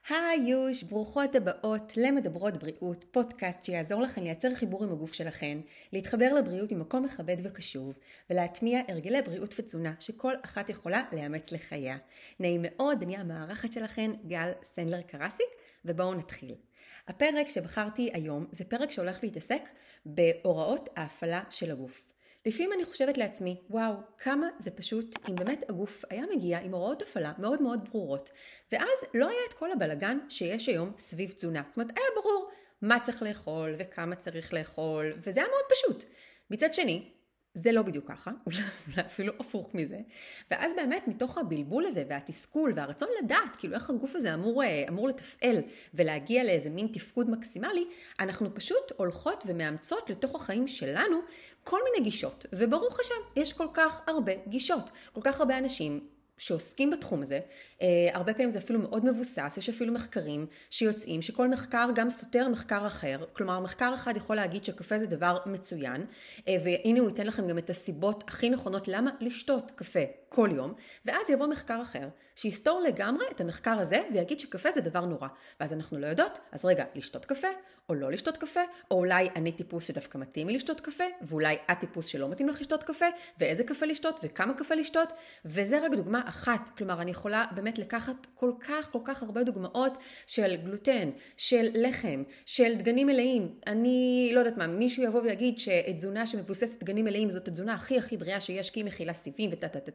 היי יוש, ברוכות הבאות למדברות בריאות, פודקאסט שיעזור לכם לייצר חיבור עם הגוף שלכם, להתחבר לבריאות ממקום מכבד וקשוב, ולהטמיע הרגלי בריאות ותזונה שכל אחת יכולה לאמץ לחייה. נעים מאוד, אני המארחת שלכם גל סנדלר קרסיק, ובואו נתחיל. הפרק שבחרתי היום זה פרק שהולך להתעסק בהוראות ההפעלה של הגוף. לפעמים אני חושבת לעצמי, וואו, כמה זה פשוט אם באמת הגוף היה מגיע עם הוראות הפעלה מאוד מאוד ברורות, ואז לא היה את כל הבלגן שיש היום סביב תזונה. זאת אומרת, היה ברור מה צריך לאכול וכמה צריך לאכול, וזה היה מאוד פשוט. מצד שני, זה לא בדיוק ככה, אולי אפילו הפוך מזה. ואז באמת מתוך הבלבול הזה והתסכול והרצון לדעת, כאילו איך הגוף הזה אמור לתפעל ולהגיע לאיזה מין תפקוד מקסימלי, אנחנו פשוט הולכות ומאמצות לתוך החיים שלנו כל מיני גישות. וברוך השם, יש כל כך הרבה גישות, כל כך הרבה אנשים שעוסקים בתחום הזה, הרבה פעמים זה אפילו מאוד מבוסס, יש אפילו מחקרים שיוצאים, שכל מחקר גם סותר מחקר אחר, כלומר מחקר אחד יכול להגיד שקפה זה דבר מצוין, והנה הוא ייתן לכם גם את הסיבות הכי נכונות למה לשתות קפה כל יום, ואז יבוא מחקר אחר, שיסתור לגמרי את המחקר הזה, ויגיד שקפה זה דבר נורא, ואז אנחנו לא יודעות, אז רגע, לשתות קפה, או לא לשתות קפה, או אולי אני טיפוס שדווקא מתאים לי לשתות קפה, ואולי את טיפוס שלא מתאים לך לשתות קפה, ואיזה קפה לשתות, וכמה קפה לשתות, וזה רק דוגמה אחת, כלומר אני יכולה באמת לקחת כל כך הרבה דוגמאות של גלוטן, של לחם, של דגנים מלאים. אני לא יודעת מה, מישהו יבוא ויגיד שתזונה שמבוססת דגנים מלאים זאת התזונה הכי בריאה שיש, כי היא מכילה סיבים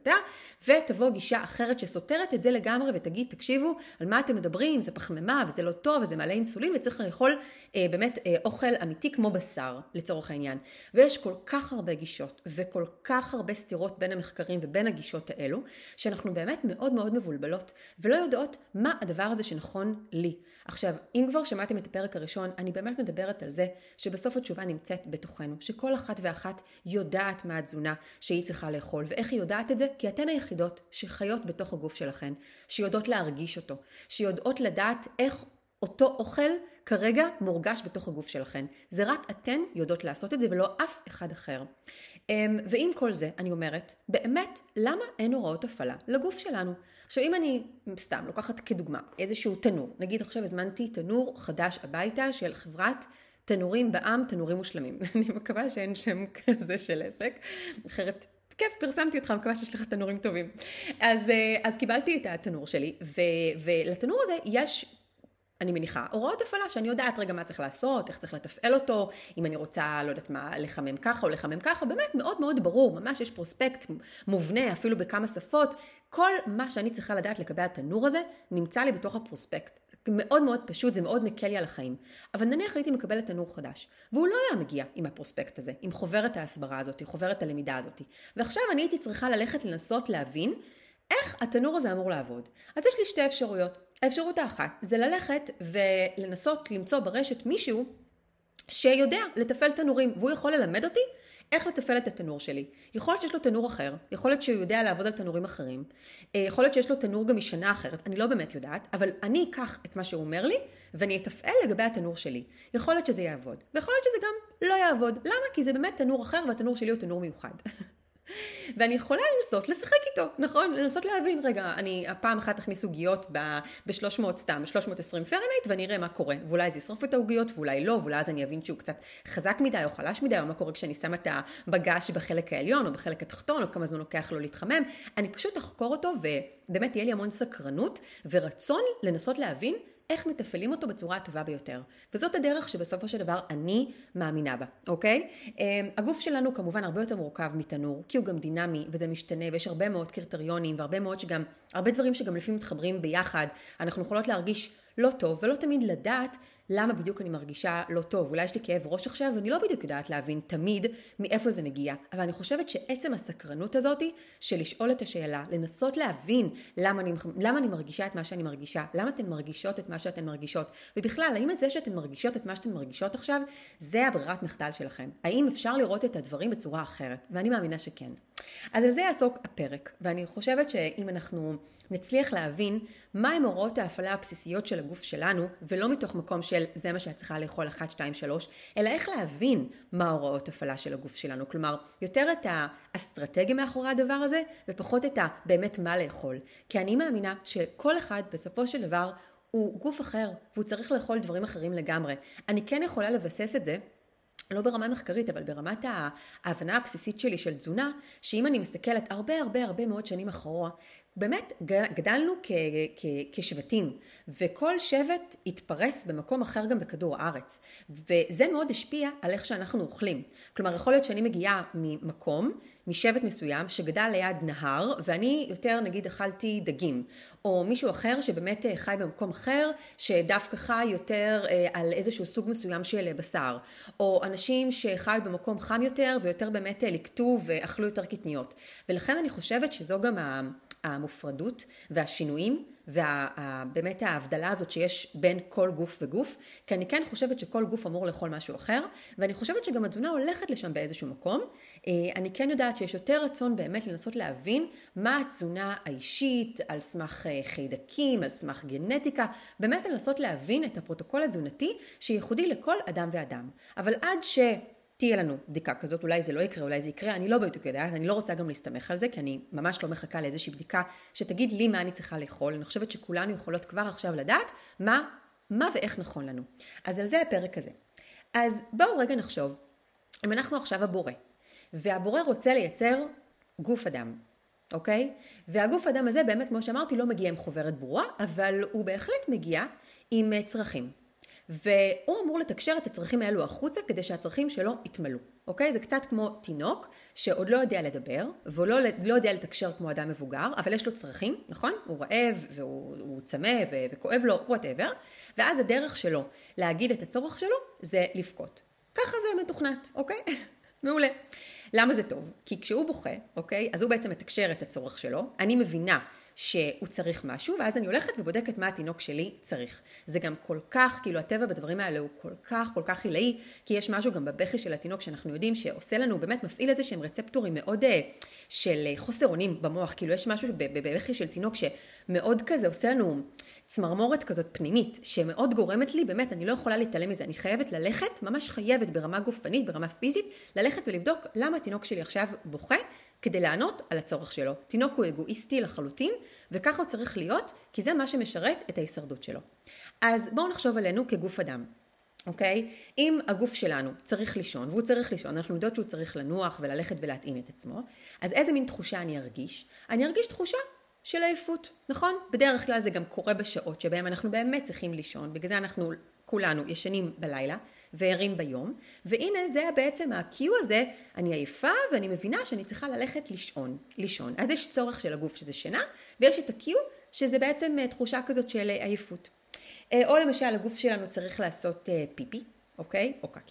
ותבוא גישה אחרת שסותרת את זה לגמרי ותגיד, תקשיבו, על מה אתם מדברים, זה פחמימה וזה לא טוב וזה מעלה אינסולין וצריך לאכול באמת אוכל אמיתי כמו בשר לצורך העניין. ויש כל כך הרבה גישות וכל כך הרבה סתירות בין המחקרים ובין הגישות האלו, שאנחנו באמת מאוד מבולבלות ולא יודעות מה הדבר הזה שנכון לי. עכשיו, אם כבר שמעתם את הפרק הראשון, אני באמת מדברת על זה שבסוף התשובה נמצאת בתוכנו, שכל אחת ואחת יודעת מה התזונה שהיא צריכה לאכול, ואיך היא יודעת את זה? כי אתן היחידות שחיות בתוך הגוף שלכן, שיודעות להרגיש אותו, שיודעות לדעת איך אותו אוכל כרגע מורגש בתוך הגוף שלכן. זה רק אתן יודעות לעשות את זה ולא אף אחד אחר. ועם כל זה אני אומרת, באמת, למה אין הוראות הפעלה לגוף שלנו? עכשיו אם אני סתם לוקחת כדוגמה איזשהו תנור, נגיד עכשיו הזמנתי תנור חדש הביתה של חברת תנורים בעם, תנורים מושלמים. אני מקווה שאין שם כזה של עסק, אחרת כיף, פרסמתי אותך, מקווה שיש לך תנורים טובים. אז קיבלתי את התנור שלי, ולתנור הזה יש, אני מניחה, הוראות הפעלה שאני יודעת רגע מה צריך לעשות, איך צריך לתפעל אותו, אם אני רוצה, לא יודעת מה, לחמם ככה או לחמם ככה, באמת מאוד ברור, ממש יש פרוספקט מובנה, אפילו בכמה שפות, כל מה שאני צריכה לדעת לגבי התנור הזה, נמצא לי בתוך הפרוספקט. מאוד פשוט, זה מאוד מקל לי על החיים. אבל נניח הייתי מקבלת תנור חדש, והוא לא היה מגיע עם הפרוספקט הזה, עם חוברת ההסברה הזאת, חוברת הלמידה הזאת. ועכשיו אני הייתי צריכה ללכת לנסות להבין איך התנור הזה אמור לעבוד. אז יש לי שתי אפשרויות. האפשרות האחת זה ללכת ולנסות למצוא ברשת מישהו שיודע לתפעל תנורים, והוא יכול ללמד אותי איך לתפעל את התנור שלי. יכול להיות שיש לו תנור אחר, יכול להיות שהוא יודע לעבוד על תנורים אחרים, יכול להיות שיש לו תנור גם משנה אחרת, אני לא באמת יודעת, אבל אני אקח את מה שהוא אומר לי, ואני אתפעל לגבי התנור שלי. יכול להיות שזה יעבוד, ויכול להיות שזה גם לא יעבוד. למה? כי זה באמת תנור אחר, והתנור שלי הוא תנור מיוחד. ואני יכולה לנסות לשחק איתו, נכון? לנסות להבין, רגע, אני הפעם אחת אכניס עוגיות ב-300 סתם, 320 פרנהייט, ואני אראה מה קורה. ואולי זה ישרוף את העוגיות, ואולי לא, ואולי אז אני אבין שהוא קצת חזק מדי או חלש מדי, או מה קורה כשאני שמה את הבגש בחלק העליון או בחלק התחתון, או כמה זמן לוקח לו להתחמם. אני פשוט אחקור אותו, ובאמת תהיה לי המון סקרנות ורצון לנסות להבין איך מתפעלים אותו בצורה הטובה ביותר. וזאת הדרך שבסופו של דבר אני מאמינה בה, אוקיי? הגוף שלנו כמובן הרבה יותר מורכב מתנור, כי הוא גם דינמי וזה משתנה, ויש הרבה מאוד קריטריונים, הרבה דברים שגם לפעמים מתחברים ביחד. אנחנו יכולות להרגיש לא טוב, ולא תמיד לדעת למה בדיוק אני מרגישה לא טוב. אולי יש לי כאב ראש עכשיו, ואני לא בדיוק יודעת להבין תמיד מאיפה זה מגיע. אבל אני חושבת שעצם הסקרנות הזאת, של לשאול את השאלה, לנסות להבין למה אני מרגישה את מה שאני מרגישה, למה אתן מרגישות את מה שאתן מרגישות, ובכלל, האם את זה שאתן מרגישות את מה שאתן מרגישות עכשיו, זה הברירת מחדל שלכם. האם אפשר לראות את הדברים בצורה אחרת? ואני מאמינה שכן. אז על זה יעסוק הפרק, ואני חושבת שאם אנחנו נצליח להבין מה הם הוראות ההפעלה הבסיסיות של הגוף שלנו, ולא מתוך מקום של זה מה שאת צריכה לאכול 1, 2, 3, אלא איך להבין מה הוראות ההפעלה של הגוף שלנו. כלומר, יותר את האסטרטגיה מאחורי הדבר הזה, ופחות את באמת מה לאכול. כי אני מאמינה שכל אחד בסופו של דבר הוא גוף אחר, והוא צריך לאכול דברים אחרים לגמרי. אני כן יכולה לבסס את זה, לא ברמה מחקרית, אבל ברמת ההבנה הבסיסית שלי של תזונה, שאם אני מסתכלת הרבה מאוד שנים אחורה, באמת גדלנו כשבטים, וכל שבט התפרס במקום אחר גם בכדור הארץ, וזה מאוד השפיע על איך שאנחנו אוכלים. כלומר, יכול להיות שאני מגיעה ממקום, משבט מסוים שגדל ליד נהר, ואני יותר נגיד אכלתי דגים, או מישהו אחר שבאמת חי במקום אחר, שדווקא חי יותר על איזשהו סוג מסוים של בשר, או אנשים שחי במקום חם יותר, ויותר באמת לקטו ואכלו יותר קטניות. ולכן אני חושבת שזו גם המופרדות והשינויים, ובאמת ההבדלה הזאת שיש בין כל גוף וגוף, כי אני כן חושבת שכל גוף אמור לאכול משהו אחר, ואני חושבת שגם התזונה הולכת לשם באיזשהו מקום. אני כן יודעת שיש יותר רצון באמת לנסות להבין מה התזונה האישית, על סמך חיידקים, על סמך גנטיקה, באמת לנסות להבין את הפרוטוקול התזונתי שייחודי לכל אדם ואדם. אבל עד תהיה לנו בדיקה כזאת, אולי זה לא יקרה, אולי זה יקרה, אני לא בדיוק יודעת, אני לא רוצה גם להסתמך על זה, כי אני ממש לא מחכה לאיזושהי בדיקה שתגיד לי מה אני צריכה לאכול. אני חושבת שכולנו יכולות כבר עכשיו לדעת מה ואיך נכון לנו. אז על זה הפרק הזה. אז בואו רגע נחשוב, אם אנחנו עכשיו הבורא, והבורא רוצה לייצר גוף אדם, אוקיי? והגוף אדם הזה באמת, כמו שאמרתי, לא מגיע עם חוברת ברורה, אבל הוא בהחלט מגיע עם צרכים. והוא אמור לתקשר את הצרכים האלו החוצה כדי שהצרכים שלו יתמלאו. אוקיי? זה קצת כמו תינוק שעוד לא יודע לדבר, והוא לא יודע לתקשר כמו אדם מבוגר, אבל יש לו צרכים, נכון? הוא רעב והוא צמא וכואב לו, whatever, ואז הדרך שלו להגיד את הצורך שלו זה לבכות. ככה זה מתוכנת, אוקיי? מעולה. למה זה טוב? כי כשהוא בוכה, אוקיי? אז הוא בעצם מתקשר את הצורך שלו. אני מבינה שהוא צריך משהו, ואז אני הולכת ובודקת מה התינוק שלי צריך. זה גם כל כך, כאילו הטבע בדברים האלה הוא כל כך עילאי, כי יש משהו גם בבכי של התינוק שאנחנו יודעים שעושה לנו, באמת מפעיל איזה שהם רצפטורים מאוד של חוסר אונים במוח, כאילו יש משהו בבכי של תינוק שמאוד כזה עושה לנו צמרמורת כזאת פנימית, שמאוד גורמת לי, באמת אני לא יכולה להתעלם מזה, אני חייבת ללכת, ממש חייבת ברמה גופנית, ברמה פיזית, ללכת ולבדוק למה התינוק שלי עכשיו בוכה, כדי לענות על הצורך שלו. תינוק הוא אגואיסטי לחלוטין, וככה הוא צריך להיות, כי זה מה שמשרת את ההישרדות שלו. אז בואו נחשוב עלינו כגוף אדם, אוקיי? אם הגוף שלנו צריך לישון, והוא צריך לישון, אנחנו יודעות שהוא צריך לנוח וללכת ולהטעין את עצמו, אז איזה מין תחושה אני ארגיש? אני ארגיש תחושה של עייפות, נכון? בדרך כלל זה גם קורה בשעות שבהם אנחנו באמת צריכים לישון, בגלל זה אנחנו כולנו ישנים בלילה וערים ביום, והנה זה בעצם הקיו הזה, אני עייפה ואני מבינה שאני צריכה ללכת לישון. אז יש צורך של הגוף שזה שינה, ויש את הקיו שזה בעצם תחושה כזאת של עייפות. או למשל הגוף שלנו צריך לעשות פיפי, אוקיי? או קקי.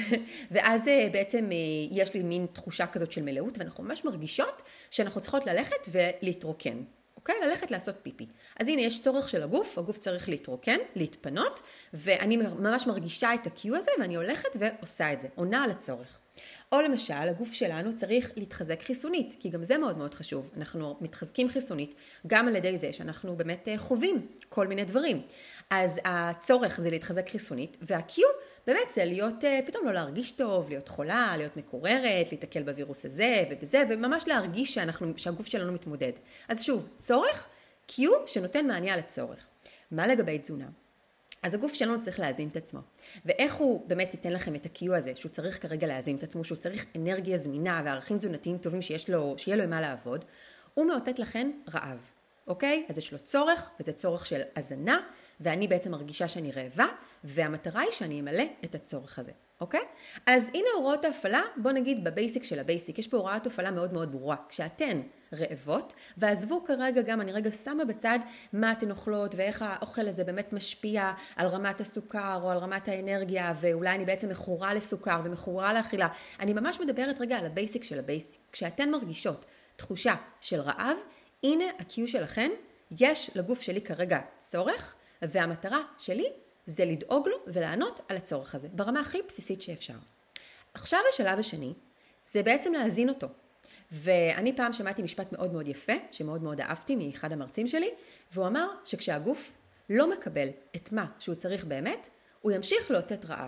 ואז בעצם יש לי מין תחושה כזאת של מלאות, ואנחנו ממש מרגישות שאנחנו צריכות ללכת ולהתרוקן. אוקיי? ללכת לעשות פיפי. אז הנה יש צורך של הגוף צריך להתרוקן, להתפנות, ואני ממש מרגישה את הקיו הזה, ואני הולכת ועושה את זה, עונה על הצורך. או למשל, הגוף שלנו צריך להתחזק חיסונית, כי גם זה מאוד מאוד חשוב. אנחנו מתחזקים חיסונית גם על ידי זה שאנחנו באמת חווים כל מיני דברים. אז הצורך זה להתחזק חיסונית, והקיו באמת זה להיות, פתאום לא להרגיש טוב, להיות חולה, להיות מקוררת, להתקל בווירוס הזה ובזה, וממש להרגיש שהגוף שלנו מתמודד. אז שוב, צורך, קיו שנותן מענה לצורך. מה לגבי תזונה? אז הגוף שלנו צריך להזין את עצמו. ואיך הוא באמת ייתן לכם את הקיו הזה, שהוא צריך כרגע להזין את עצמו, שהוא צריך אנרגיה זמינה וערכים תזונתיים טובים שיהיה לו עם מה לעבוד, הוא מאותת לכן רעב. אוקיי? אז יש לו צורך, וזה צורך של הזנה, ואני בעצם מרגישה שאני רעבה, והמטרה היא שאני אמלא את הצורך הזה. אוקיי? אז הנה הוראות ההפעלה, בוא נגיד בבייסיק של הבייסיק, יש פה הוראת הפעלה מאוד מאוד ברורה. כשאתן רעבות, ועזבו כרגע גם, אני רגע שמה בצד מה אתן אוכלות, ואיך האוכל הזה באמת משפיע על רמת הסוכר, או על רמת האנרגיה, ואולי אני בעצם מכורה לסוכר ומכורה לאכילה. אני ממש מדברת רגע על הבייסיק של הבייסיק. כשאתן מרגישות תחושה של רעב, הנה הקיו שלכן, יש לגוף שלי כרגע צורך, והמטרה שלי זה לדאוג לו ולענות על הצורך הזה, ברמה הכי בסיסית שאפשר. עכשיו השלב השני, זה בעצם להזין אותו. ואני פעם שמעתי משפט מאוד מאוד יפה, שמאוד מאוד אהבתי מאחד המרצים שלי, והוא אמר שכשהגוף לא מקבל את מה שהוא צריך באמת, הוא ימשיך לאותת רעב.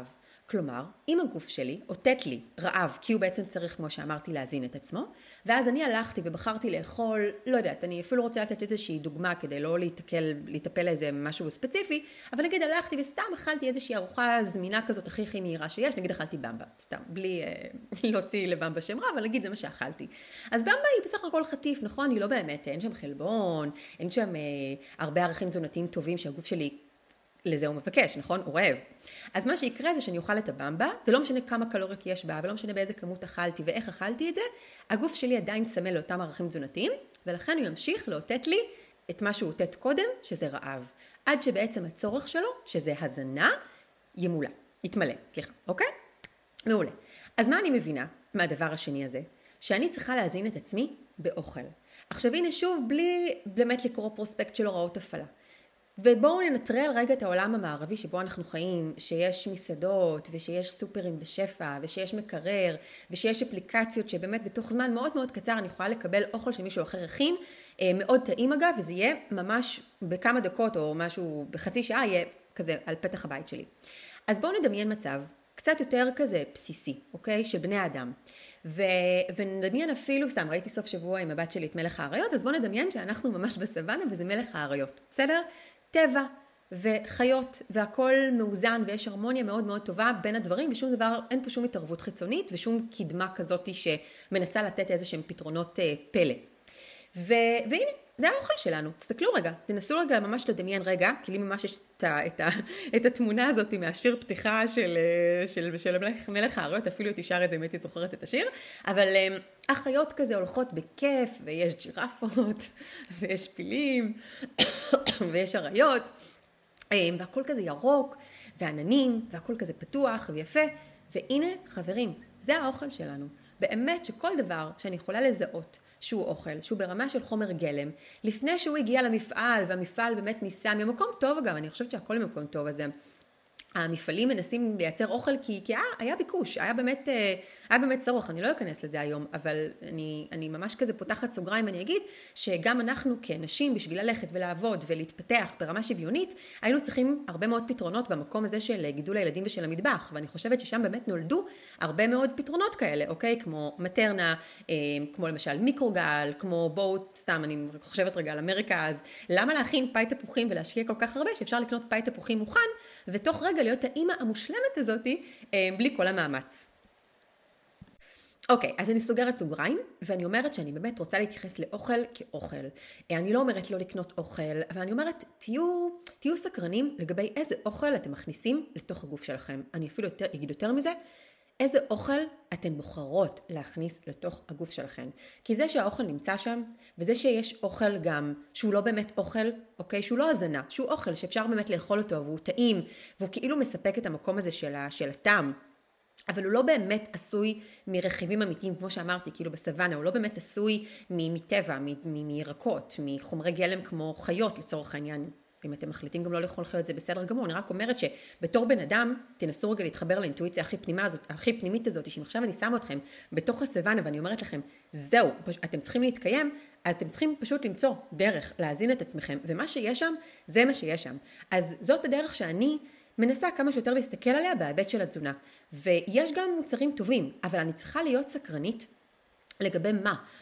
כלומר, אם הגוף שלי אותת לי רעב, כי הוא בעצם צריך, כמו שאמרתי, להזין את עצמו, ואז אני הלכתי ובחרתי לאכול, לא יודעת, אני אפילו רוצה לתת איזושהי דוגמה כדי לא להיטפל לאיזה משהו ספציפי, אבל נגיד הלכתי וסתם אכלתי איזושהי ארוחה זמינה כזאת הכי מהירה שיש, נגיד אכלתי במבה, סתם, בלי להוציא לבמבה שם רע, אבל נגיד זה מה שאכלתי. אז במבה היא בסך הכל חטיף, נכון? היא לא באמת, אין שם חלבון, אין שם הרבה ערכים תזונתיים טובים שהגוף שלי לזה הוא מבקש, נכון? הוא רעב. אז מה שיקרה זה שאני אוכל את הבמבה, ולא משנה כמה קלוריות יש בה, ולא משנה באיזה כמות אכלתי ואיך אכלתי את זה, הגוף שלי עדיין צמא לאותם ערכים תזונתיים, ולכן הוא ימשיך לאותת לי את מה שהוא אותת קודם, שזה רעב. עד שבעצם הצורך שלו, שזה הזנה, יתמלא, אוקיי? מעולה. אז מה אני מבינה מהדבר השני הזה? שאני צריכה להזין את עצמי באוכל. עכשיו הנה שוב, בלי באמת לקרוא פרוספקט של הוראות הפעלה. ובואו ננטרל רגע את העולם המערבי שבו אנחנו חיים, שיש מסעדות ושיש סופרים בשפע ושיש מקרר ושיש אפליקציות שבאמת בתוך זמן מאוד מאוד קצר אני יכולה לקבל אוכל שמישהו אחר הכין, מאוד טעים אגב, וזה יהיה ממש בכמה דקות או משהו בחצי שעה יהיה כזה על פתח הבית שלי. אז בואו נדמיין מצב קצת יותר כזה בסיסי, אוקיי? של בני האדם. ונדמיין אפילו, סתם ראיתי סוף שבוע עם הבת שלי את מלך האריות, אז בואו נדמיין שאנחנו ממש בסוואנה וזה מלך האריות, בסדר? טבע וחיות והכל מאוזן ויש הרמוניה מאוד מאוד טובה בין הדברים ושום דבר, אין פה שום התערבות חיצונית ושום קדמה כזאת שמנסה לתת איזה שהם פתרונות פלא. והנה, זה האוכל שלנו. תסתכלו רגע, תנסו רגע ממש לדמיין רגע, כי לי ממש יש את התמונה הזאת מהשיר פתיחה של מלך האריות, אפילו תישר את זה אם הייתי זוכרת את השיר, אבל החיות כזה הולכות בכיף, ויש ג'ירפות, ויש פילים, ויש אריות, והכל כזה ירוק, ועננים, והכל כזה פתוח ויפה, והנה חברים, זה האוכל שלנו. באמת שכל דבר שאני יכולה לזהות שהוא אוכל, שהוא ברמה של חומר גלם, לפני שהוא הגיע למפעל, והמפעל באמת ניסה ממקום טוב אגב, אני חושבת שהכל ממקום טוב, אז המפעלים מנסים לייצר אוכל כי היה ביקוש, היה באמת צורך, אני לא אכנס לזה היום, אבל אני ממש כזה פותחת סוגריים, אני אגיד שגם אנחנו כנשים בשביל ללכת ולעבוד ולהתפתח ברמה שוויונית, היינו צריכים הרבה מאוד פתרונות במקום הזה של גידול הילדים ושל המטבח, ואני חושבת ששם באמת נולדו הרבה מאוד פתרונות כאלה, אוקיי? כמו מטרנה, כמו למשל מיקרוגל, כמו בואו, סתם אני חושבת רגע על אמריקה, אז למה להכין פאי תפוחים ולהשקיע כל כך הרבה שאפשר לקנות פאי תפוחים מוכן ותוך רגע להיות האמא המושלמת הזאת בלי כל המאמץ. אוקיי, אז אני סוגרת סוגריים, ואני אומרת שאני באמת רוצה להתייחס לאוכל כאוכל. אני לא אומרת לא לקנות אוכל, אבל אני אומרת, תהיו סקרנים לגבי איזה אוכל אתם מכניסים לתוך הגוף שלכם. אני אפילו אגיד יותר מזה, איזה אוכל אתן בוחרות להכניס לתוך הגוף שלכם. כי זה שהאוכל נמצא שם, וזה שיש אוכל גם שהוא לא באמת אוכל, אוקיי, שהוא לא הזנה, שהוא אוכל שאפשר באמת לאכול אותו, והוא טעים, והוא כאילו מספק את המקום הזה של הטעם, אבל הוא לא באמת עשוי מרכיבים אמיתיים, כמו שאמרתי, כאילו בסוואנה, הוא לא באמת עשוי מטבע, מירקות, מחומרי גלם כמו חיות לצורך העניין. אם אתם מחליטים גם לא לאכול חיות, זה בסדר גמור. אני רק אומרת שבתור בן אדם, תנסו רגע להתחבר לאינטואיציה הכי פנימית הזאת, שאם עכשיו אני שמה אתכם בתוך הסוואנה, ואני אומרת לכם, זהו, אתם צריכים להתקיים, אז אתם צריכים פשוט למצוא דרך להזין את עצמכם, ומה שיש שם, זה מה שיש שם. אז זאת הדרך שאני מנסה כמה שיותר להסתכל עליה בהיבט של התזונה. ויש גם מוצרים טובים, אבל אני צריכה להיות סקרנית לגבי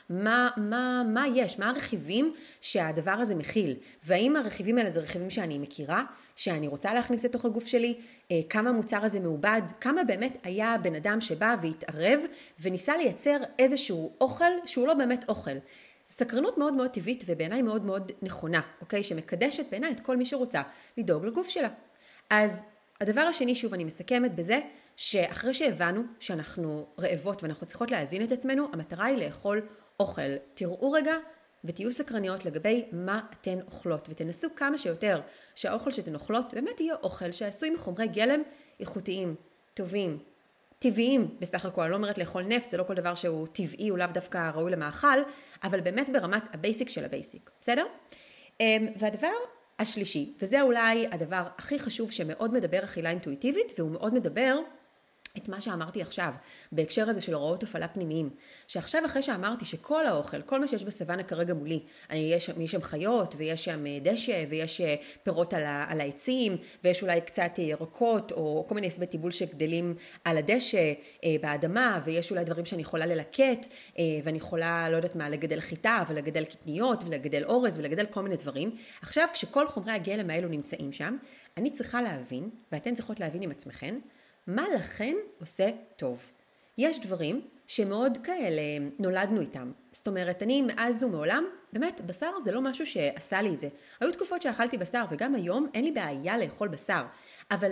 מה יש, מה הרכיבים שהדבר הזה מכיל, והאם הרכיבים האלה זה רכיבים שאני מכירה, שאני רוצה להכניס לתוך הגוף שלי, כמה המוצר הזה מעובד, כמה באמת היה בן אדם שבא והתערב וניסה לייצר איזשהו אוכל שהוא לא באמת אוכל. סקרנות מאוד מאוד טבעית ובעיניי מאוד מאוד נכונה, אוקיי? שמקדשת בעיניי את כל מי שרוצה לדאוג לגוף שלה. אז הדבר השני, שוב אני מסכמת בזה, שאחרי שהבנו שאנחנו רעבות ואנחנו צריכות להזין את עצמנו, המטרה היא לאכול אוכל. תראו רגע ותהיו סקרניות לגבי מה אתן אוכלות, ותנסו כמה שיותר שהאוכל שאתן אוכלות באמת יהיה אוכל שעשוי מחומרי גלם איכותיים, טובים, טבעיים בסך הכל. אני לא אומרת לאכול נפט, זה לא כל דבר שהוא טבעי, הוא לאו דווקא ראוי למאכל, אבל באמת ברמת הבייסיק של הבייסיק, בסדר? והדבר השלישי, וזה אולי הדבר הכי חשוב שמאוד מדבר אכילה אינטואיטיבית, והוא מאוד מדבר את מה שאמרתי עכשיו, בהקשר הזה של הוראות הפעלה פנימיים, שעכשיו אחרי שאמרתי שכל האוכל, כל מה שיש בסוואנה כרגע מולי, יש שם חיות ויש שם דשא ויש פירות על העצים ויש אולי קצת ירקות או כל מיני סבי טיבול שגדלים על הדשא באדמה, ויש אולי דברים שאני יכולה ללקט ואני יכולה, לא יודעת מה, לגדל חיטה ולגדל קטניות ולגדל אורז ולגדל כל מיני דברים. עכשיו כשכל חומרי הגלם האלו נמצאים שם, אני צריכה להבין, ואתן צריכות להבין עם עצמכן, מה לכן עושה טוב. יש דברים שמאוד כאלה נולדנו איתם. זאת אומרת, אני מאז ומעולם, באמת, בשר זה לא משהו שעשה לי את זה. היו תקופות שאכלתי בשר, וגם היום אין לי בעיה לאכול בשר. אבל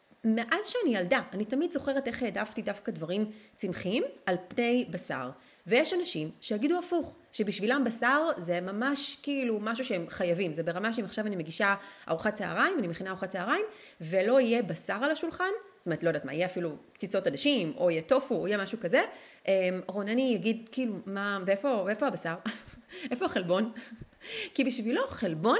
מאז שאני ילדה, אני תמיד זוכרת איך העדפתי דווקא דברים צמחיים על פני בשר. ויש אנשים שיגידו הפוך, שבשבילם בשר זה ממש כאילו משהו שהם חייבים. זה ברמה שאם עכשיו אני מגישה ארוחת צהריים, אני מכינה ארוחת צהריים, ולא יהיה בשר על השולחן, זאת אומרת, לא יודעת מה, יהיה אפילו קציצות עדשים, או יהיה טופו, או יהיה משהו כזה, רונני יגיד, כאילו, מה, ואיפה הבשר? איפה החלבון? כי בשבילו חלבון,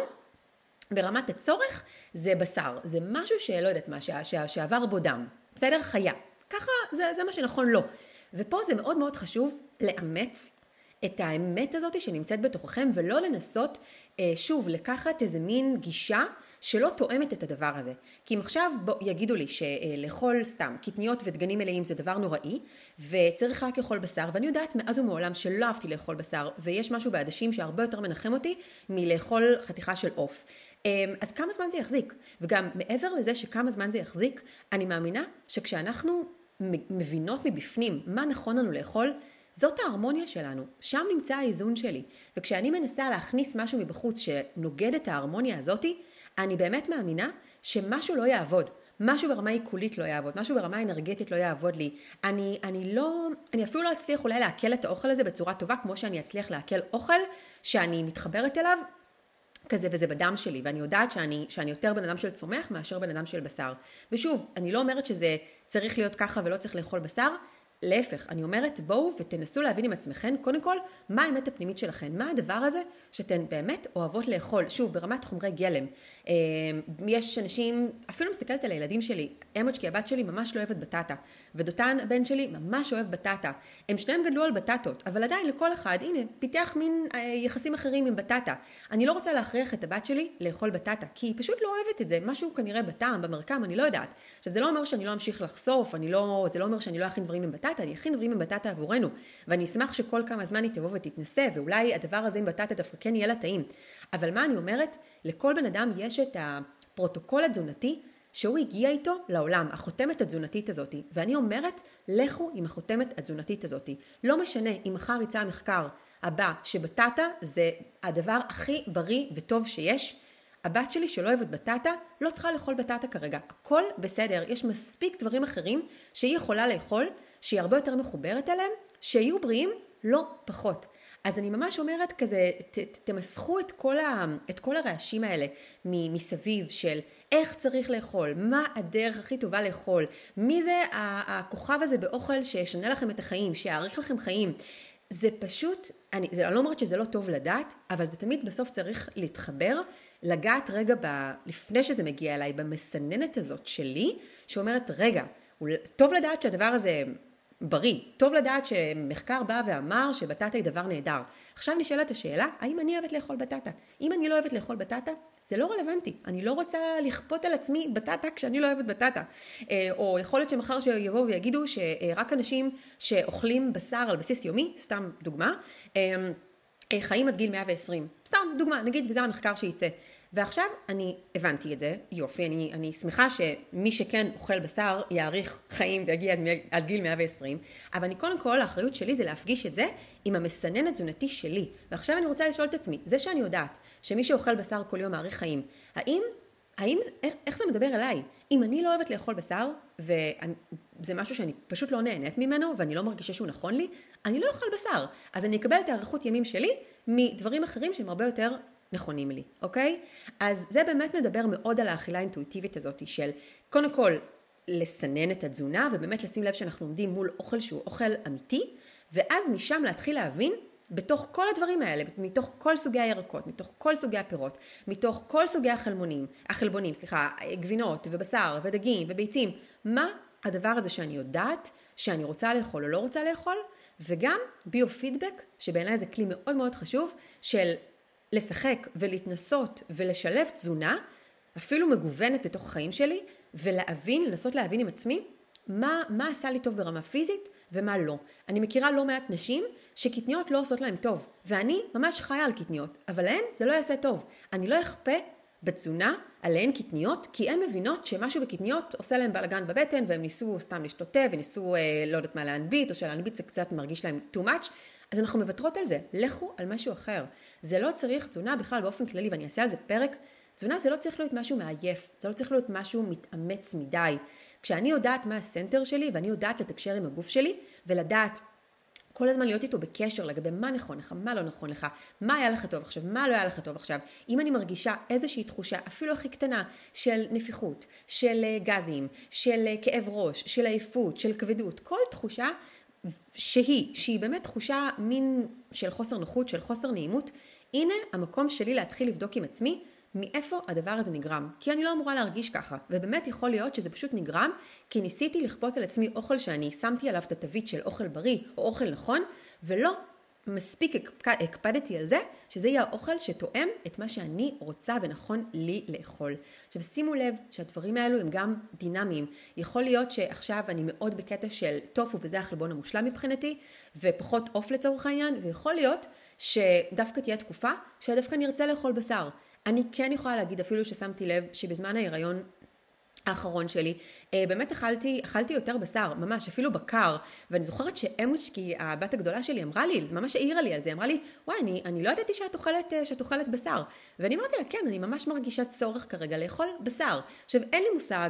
ברמת הצורך, זה בשר. זה משהו שלא יודעת מה, שעבר בו דם. בסדר? חיה. ככה, זה מה שנכון לו. ופה זה מאוד מאוד חשוב לאמץ את האמת הזאת שנמצאת בתוככם, ולא לנסות, שוב, לקחת איזה מין גישה, שלא תואמת את הדבר הזה. כי אם עכשיו יגידו לי שלאכול סתם קטניות ודגנים מלאים זה דבר נוראי, וצריך רק לאכול בשר, ואני יודעת מאז ומעולם שלא אהבתי לאכול בשר, ויש משהו בעדשים שהרבה יותר מנחם אותי מלאכול חתיכה של עוף. אז כמה זמן זה יחזיק? וגם מעבר לזה שכמה זמן זה יחזיק, אני מאמינה שכשאנחנו מבינות מבפנים מה נכון לנו לאכול, זאת ההרמוניה שלנו, שם נמצא האיזון שלי. וכשאני מנסה להכניס משהו מבחוץ שנוגד את ההרמוניה הזאתי, אני באמת מאמינה שמשהו לא יעבוד, משהו ברמה עיכולית לא יעבוד, משהו ברמה אנרגטית לא יעבוד לי. אני אפילו לא אצליח אולי לעכל את האוכל הזה בצורה טובה, כמו שאני אצליח לעכל אוכל שאני מתחברת אליו, כזה וזה בדם שלי, ואני יודעת שאני יותר בן אדם של צומח מאשר בן אדם של בשר. ושוב, אני לא אומרת שזה צריך להיות ככה ולא צריך לאכול בשר, להפך, אני אומרת בואו ותנסו להבין עם עצמכן, קודם כל, מה האמת הפנימית שלכן, מה הדבר הזה שאתן באמת אוהבות לאכול, שוב, ברמת חומרי גלם. יש אנשים, אפילו מסתכלת על הילדים שלי, אמוצ'קי הבת שלי ממש לא אוהבת בטטה, ודותן הבן שלי ממש אוהב בטטה. הם שניהם גדלו על בטטות, אבל עדיין לכל אחד, הנה, פיתח מין יחסים אחרים עם בטטה. אני לא רוצה להכריח את הבת שלי לאכול בטטה, כי היא פשוט לא אוהבת את זה, משהו כנראה בטעם, במרקם, אני לא יודעת. עכשיו, זה לא אומר שאני לא אמשיך לחשוף, זה לא אומר שאני לא אכין דברים עם בטטה, אני אכין דברים עם בטטה עבורנו, ואני אשמח שכל כמה זמן היא תבוא ותתנסה, ואולי הדבר הזה עם בטטה דווקא כן יהיה לה טעים. אבל מה אני אומרת? לכל בן אדם יש את הפרוטוקול התזונתי שהוא הגיע איתו לעולם, החותמת התזונתית הזאת. ואני אומרת, לכו עם החותמת התזונתית הזאת. לא משנה אם מחר יצא המחקר הבא שבטטה זה הדבר הכי בריא וטוב שיש, הבת שלי שלא אוהבת בטטה, לא צריכה לאכול בטטה כרגע. הכל בסדר, יש מספיק דברים אחרים שהיא יכולה לאכול, שהיא הרבה יותר מחוברת אליהם, שיהיו בריאים לא פחות. אז אני ממש אומרת כזה, תמסכו את כל הרעשים האלה מסביב של איך צריך לאכול, מה הדרך הכי טובה לאכול, מי זה הכוכב הזה באוכל שישנה לכם את החיים, שיעריך לכם חיים. זה פשוט, אני לא אומרת שזה לא טוב לדעת, אבל זה תמיד בסוף צריך להתחבר, לגעת רגע לפני שזה מגיע אליי, במסננת הזאת שלי, שאומרת רגע, טוב לדעת שהדבר הזה בריא, טוב לדעת שמחקר בא ואמר שבטטה היא דבר נהדר. עכשיו נשאלת השאלה, האם אני אוהבת לאכול בטטה? אם אני לא אוהבת לאכול בטטה, זה לא רלוונטי. אני לא רוצה לכפות על עצמי בטטה כשאני לא אוהבת בטטה. או יכול להיות שמחר שיבואו ויגידו שרק אנשים שאוכלים בשר על בסיס יומי, סתם דוגמה, חיים עד גיל 120. סתם דוגמה, נגיד, וזה המחקר שייצא. ועכשיו אני הבנתי את זה, יופי, אני שמחה שמי שכן אוכל בשר יאריך חיים ויגיע עד גיל 120, אבל קודם כל האחריות שלי זה להפגיש את זה עם המסנן התזונתי שלי. ועכשיו אני רוצה לשאול את עצמי, זה שאני יודעת שמי שאוכל בשר כל יום מאריך חיים, איך זה מדבר אליי? אם אני לא אוהבת לאכול בשר, וזה משהו שאני פשוט לא נהנית ממנו, ואני לא מרגישה שהוא נכון לי, אני לא אוכל בשר. אז אני אקבל את האריכות ימים שלי מדברים אחרים שהם הרבה יותר נכונים לי, אוקיי? אז זה באמת מדבר מאוד על האכילה האינטואיטיבית הזאת של, קודם כל, לסנן את התזונה, ובאמת לשים לב שאנחנו עומדים מול אוכל שהוא אוכל אמיתי, ואז משם להתחיל להבין, בתוך כל הדברים האלה, מתוך כל סוגי הירקות, מתוך כל סוגי הפירות, מתוך כל סוגי החלבונים, גבינות ובשר ודגים וביצים, מה הדבר הזה שאני יודעת שאני רוצה לאכול או לא רוצה לאכול, וגם ביו-פידבק, שבעיניי זה כלי מאוד מאוד חשוב, של לשחק ולהתנסות ולשלב תזונה, אפילו מגוונת בתוך החיים שלי, לנסות להבין עם עצמי, מה עשה לי טוב ברמה פיזית ומה לא. אני מכירה לא מעט נשים שקטניות לא עושות להן טוב, ואני ממש חיה על קטניות, אבל להן זה לא יעשה טוב. אני לא אכפה בתזונה עליהן קטניות, כי הן מבינות שמשהו בקטניות עושה להם בלגן בבטן, והם ניסו סתם לשתותף, וניסו לא יודעת מה להנביט, או שלהנביט זה קצת מרגיש להם too much, אז אנחנו מוותרות על זה. לכו על משהו אחר. זה לא צריך תזונה בכלל באופן כללי, ואני אעשה על זה פרק. תזונה זה לא צריך להיות משהו מעייף, זה לא צריך להיות משהו מתאמץ מדי. כשאני יודעת מה הסנטר שלי, ואני יודעת לתקשר עם הגוף שלי, ולדעת כל הזמן להיות איתו בקשר לגבי מה נכון לך, מה לא נכון לך, מה היה לך טוב עכשיו, מה לא היה לך טוב עכשיו. אם אני מרגישה איזושהי תחושה, אפילו הכי קטנה, של נפיחות, של גזים, של כאב ראש, של עייפות, של כבדות, כל תחושה שהיא באמת תחושה מין של חוסר נוחות, של חוסר נעימות, הנה המקום שלי להתחיל לבדוק עם עצמי, מאיפה הדבר הזה נגרם? כי אני לא אמורה להרגיש ככה, ובאמת יכול להיות שזה פשוט נגרם, כי ניסיתי לכפות על עצמי אוכל שאני שמתי עליו את התווית של אוכל בריא או אוכל נכון, ולא מספיק הקפדתי על זה, שזה יהיה האוכל שתואם את מה שאני רוצה ונכון לי לאכול. עכשיו שימו לב שהדברים האלו הם גם דינמיים. יכול להיות שעכשיו אני מאוד בקטע של טופו וזה החלבון המושלם מבחינתי, ופחות עוף לצורך העניין, ויכול להיות שדווקא תהיה תקופה שדווקא נרצה לאכול בשר. אני כן יכולה להגיד אפילו ששמתי לב שבזמן ההיריון האחרון שלי, באמת אכלתי יותר בשר, ממש, אפילו בקר, ואני זוכרת שאמוצ'קי, הבת הגדולה שלי, אמרה לי, זה ממש העירה לי על זה, אמרה לי, וואי, אני לא ידעתי שאת אוכלת בשר, ואני אמרתי לה, כן, אני ממש מרגישה צורך כרגע לאכול בשר. עכשיו, אין לי מושג,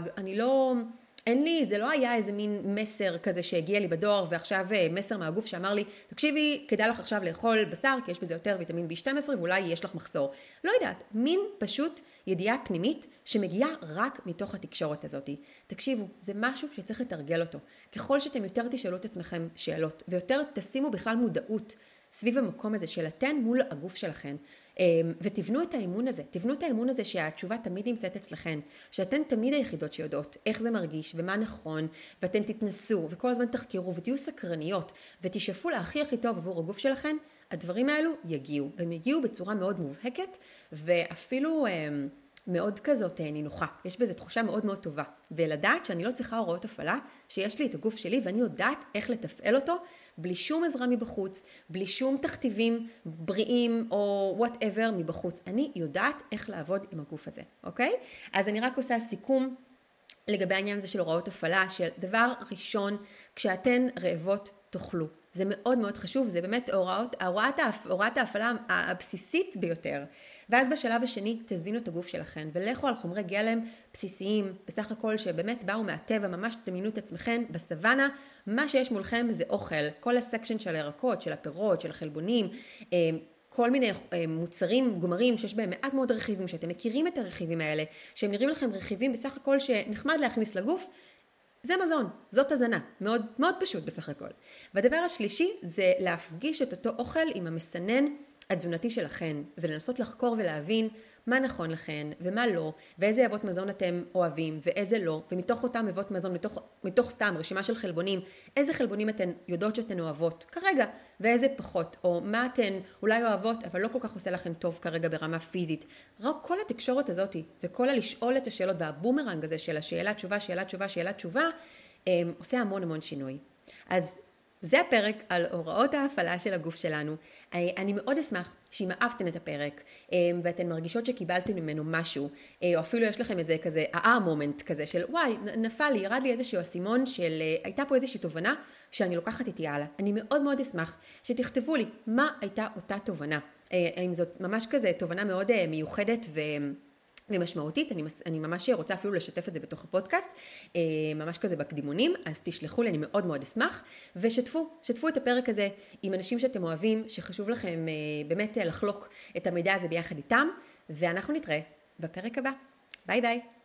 זה לא היה איזה מין מסר כזה שהגיע לי בדואר, ועכשיו מסר מהגוף שאמר לי, תקשיבי, כדאי לך עכשיו לאכול בשר, כי יש בזה יותר ויטמין B12, ואולי יש לך מחסור. לא יודעת, מין פשוט ידיעה פנימית, שמגיעה רק מתוך התקשורת הזאת. תקשיבו, זה משהו שצריך לתרגל אותו. ככל שאתם יותר תשאלו את עצמכם שאלות, ויותר תשימו בכלל מודעות סביב המקום הזה של אתן מול הגוף שלכם, ותבנו את האמון הזה, שהתשובה תמיד נמצאת אצלכם, שאתן תמיד היחידות שיודעות איך זה מרגיש ומה נכון, ואתן תתנסו וכל הזמן תחקרו ותהיו סקרניות ותשאפו להכי טוב עבור הגוף שלכם, הדברים האלו יגיעו, והם יגיעו בצורה מאוד מובהקת ואפילו מאוד כזאת נינוחה. יש בזה תחושה מאוד מאוד טובה, ולדעת שאני לא צריכה הוראות הפעלה, שיש לי את הגוף שלי ואני יודעת איך לתפעל אותו בלי שום עזרה מבחוץ, בלי שום תכתיבים בריאים או whatever מבחוץ. אני יודעת איך לעבוד עם הגוף הזה, אוקיי? אז אני רק עושה סיכום לגבי העניין הזה של הוראות הפעלה, של דבר ראשון, כשאתן רעבות תאכלו. זה מאוד מאוד חשוב, זה באמת הוראת ההפעלה הבסיסית ביותר. ואז בשלב השני תזינו את הגוף שלכם, ולכו על חומרי גלם בסיסיים, בסך הכל שבאמת באו מהטבע, ממש תמינו את עצמכם בסוואנה, מה שיש מולכם זה אוכל, כל הסקשן של הירקות, של הפירות, של החלבונים, כל מיני מוצרים, גומרים שיש בהם מעט מאוד רכיבים, שאתם מכירים את הרכיבים האלה, שהם נראים לכם רכיבים בסך הכל שנחמד להכניס לגוף, זה מזון, זאת הזנה, מאוד, מאוד פשוט בסך הכל. והדבר השלישי זה להפגיש את אותו אוכל עם המסנן התזונתי שלכן, ולנסות לחקור ולהבין מה נכון לכן ומה לא, ואיזה אבות מזון אתם אוהבים ואיזה לא, ומתוך אותם אבות מזון, מתוך סתם רשימה של חלבונים, איזה חלבונים אתן יודעות שאתן אוהבות כרגע, ואיזה פחות, או מה אתן אולי אוהבות, אבל לא כל כך עושה לכן טוב כרגע ברמה פיזית. רק כל התקשורת הזאת, וכל הלשאול את השאלות, והבומרנג הזה של השאלה תשובה, שאלה תשובה, שאלה תשובה, עושה המון המון שינוי. אז זה הפרק על הוראות ההפעלה של הגוף שלנו. אני מאוד אשמח שאם אהבתן את הפרק, ואתן מרגישות שקיבלתן ממנו משהו, או אפילו יש לכם איזה כזה מומנט כזה של וואי, נפל לי, ירד לי איזשהו אסימון של הייתה פה איזושהי תובנה שאני לוקחת איתי הלאה. אני מאוד מאוד אשמח שתכתבו לי מה הייתה אותה תובנה. האם זאת ממש כזה תובנה מאוד מיוחדת ומשמעותית, אני ממש רוצה אפילו לשתף את זה בתוך הפודקאסט, ממש כזה בקדימונים, אז תשלחו לי, אני מאוד מאוד אשמח, ושתפו את הפרק הזה עם אנשים שאתם אוהבים, שחשוב לכם באמת לחלוק את המידע הזה ביחד איתם, ואנחנו נתראה בפרק הבא. ביי ביי.